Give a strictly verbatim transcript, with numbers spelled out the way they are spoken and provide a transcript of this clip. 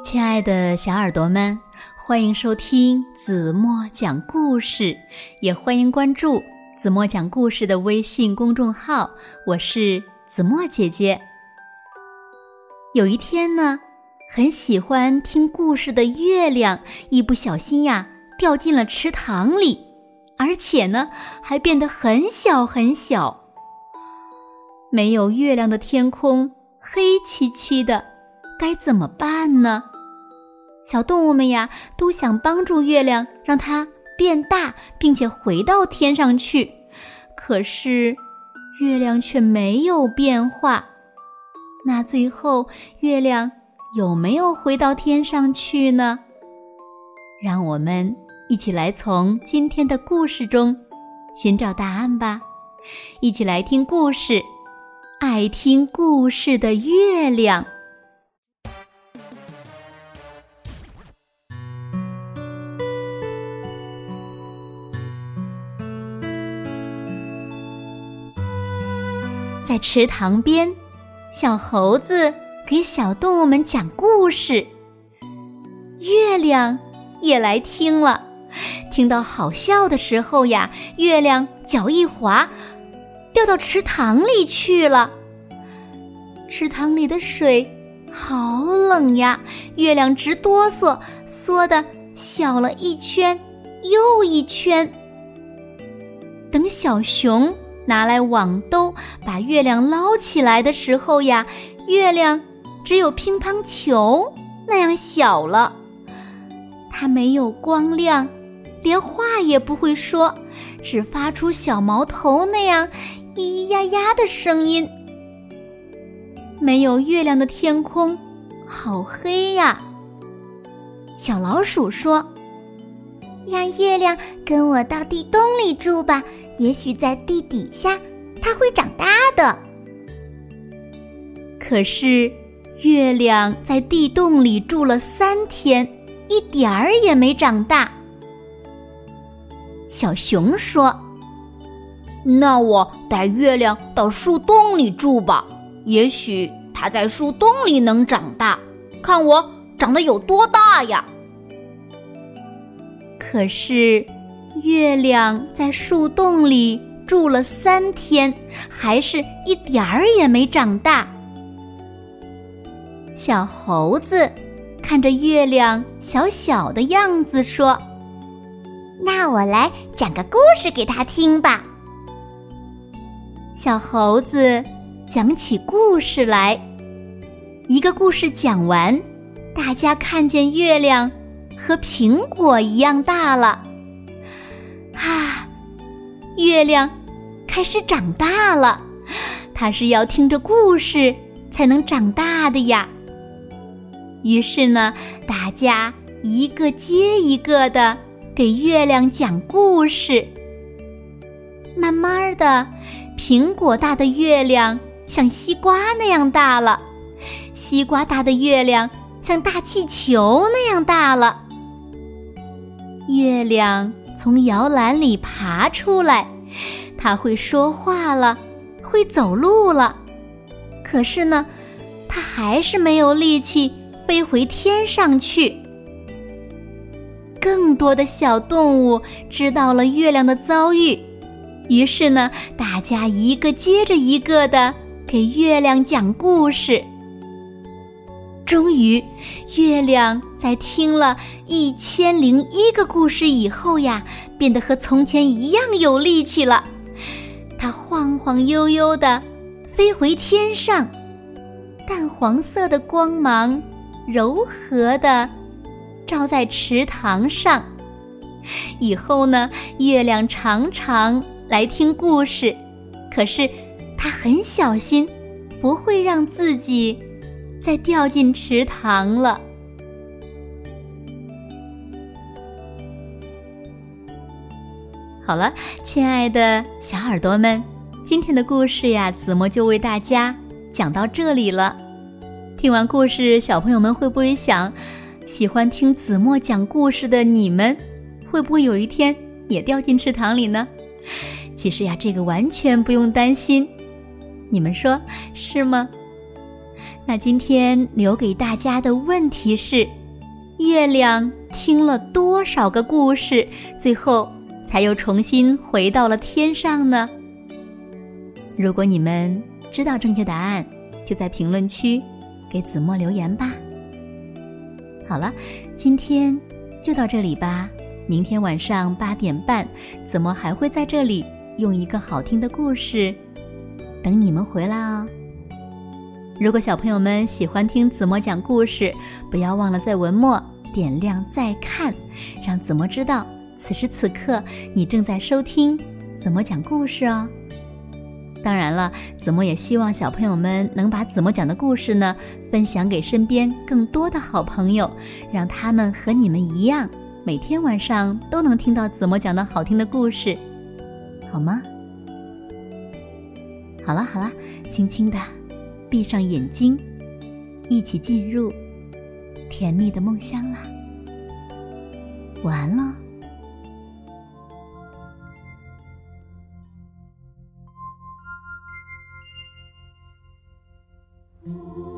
亲爱的小耳朵们，欢迎收听子墨讲故事，也欢迎关注子墨讲故事的微信公众号，我是子墨姐姐。有一天呢，很喜欢听故事的月亮一不小心呀掉进了池塘里，而且呢还变得很小很小。没有月亮的天空黑漆漆的，该怎么办呢？小动物们呀都想帮助月亮让它变大，并且回到天上去，可是月亮却没有变化。那最后月亮有没有回到天上去呢？让我们一起来从今天的故事中寻找答案吧。一起来听故事，爱听故事的月亮。在池塘边，小猴子给小动物们讲故事，月亮也来听了。听到好笑的时候呀，月亮脚一滑，掉到池塘里去了。池塘里的水好冷呀，月亮直哆嗦，缩得小了一圈又一圈。等小熊拿来网兜把月亮捞起来的时候呀，月亮只有乒乓球那样小了。它没有光亮，连话也不会说，只发出小毛头那样咿咿呀呀的声音。没有月亮的天空好黑呀。小老鼠说， 让月亮跟我到地洞里住吧，也许在地底下它会长大的。 可是月亮在地洞里住了三天，一点儿也没长大。小熊说， 那我带月亮到树洞里住吧，也许它在树洞里能长大，看我长得有多大呀。 可是月亮在树洞里住了三天，还是一点儿也没长大。小猴子看着月亮小小的样子说， 那我来讲个故事给他听吧。 小猴子讲起故事来，一个故事讲完，大家看见月亮和苹果一样大了。啊，月亮开始长大了，它是要听着故事才能长大的呀。于是呢，大家一个接一个的给月亮讲故事。慢慢的，苹果大的月亮像西瓜那样大了，西瓜大的月亮像大气球那样大了。月亮从摇篮里爬出来，它会说话了，会走路了。可是呢，它还是没有力气飞回天上去。更多的小动物知道了月亮的遭遇，于是呢，大家一个接着一个的给月亮讲故事。终于，月亮在听了一千零一个故事以后呀，变得和从前一样有力气了。它晃晃悠悠地飞回天上，淡黄色的光芒柔和地照在池塘上。以后呢，月亮常常来听故事，可是它很小心，不会让自己再掉进池塘了。好了，亲爱的小耳朵们，今天的故事呀，子墨就为大家讲到这里了。听完故事，小朋友们会不会想，喜欢听子墨讲故事的你们，会不会有一天也掉进池塘里呢？其实呀，这个完全不用担心，你们说是吗？ 那今天留给大家的问题是：月亮听了多少个故事，最后才又重新回到了天上呢？如果你们知道正确答案，就在评论区给子墨留言吧。好了，今天就到这里吧。明天晚上八点半，子墨还会在这里用一个好听的故事等你们回来哦。如果小朋友们喜欢听子墨讲故事，不要忘了在文末点亮再看，让子墨知道此时此刻你正在收听子墨讲故事哦。当然了，子墨也希望小朋友们能把子墨讲的故事呢分享给身边更多的好朋友，让他们和你们一样，每天晚上都能听到子墨讲的好听的故事，好吗？好了好了，轻轻的闭上眼睛，一起进入甜蜜的梦乡啦。晚安喽。 嗯。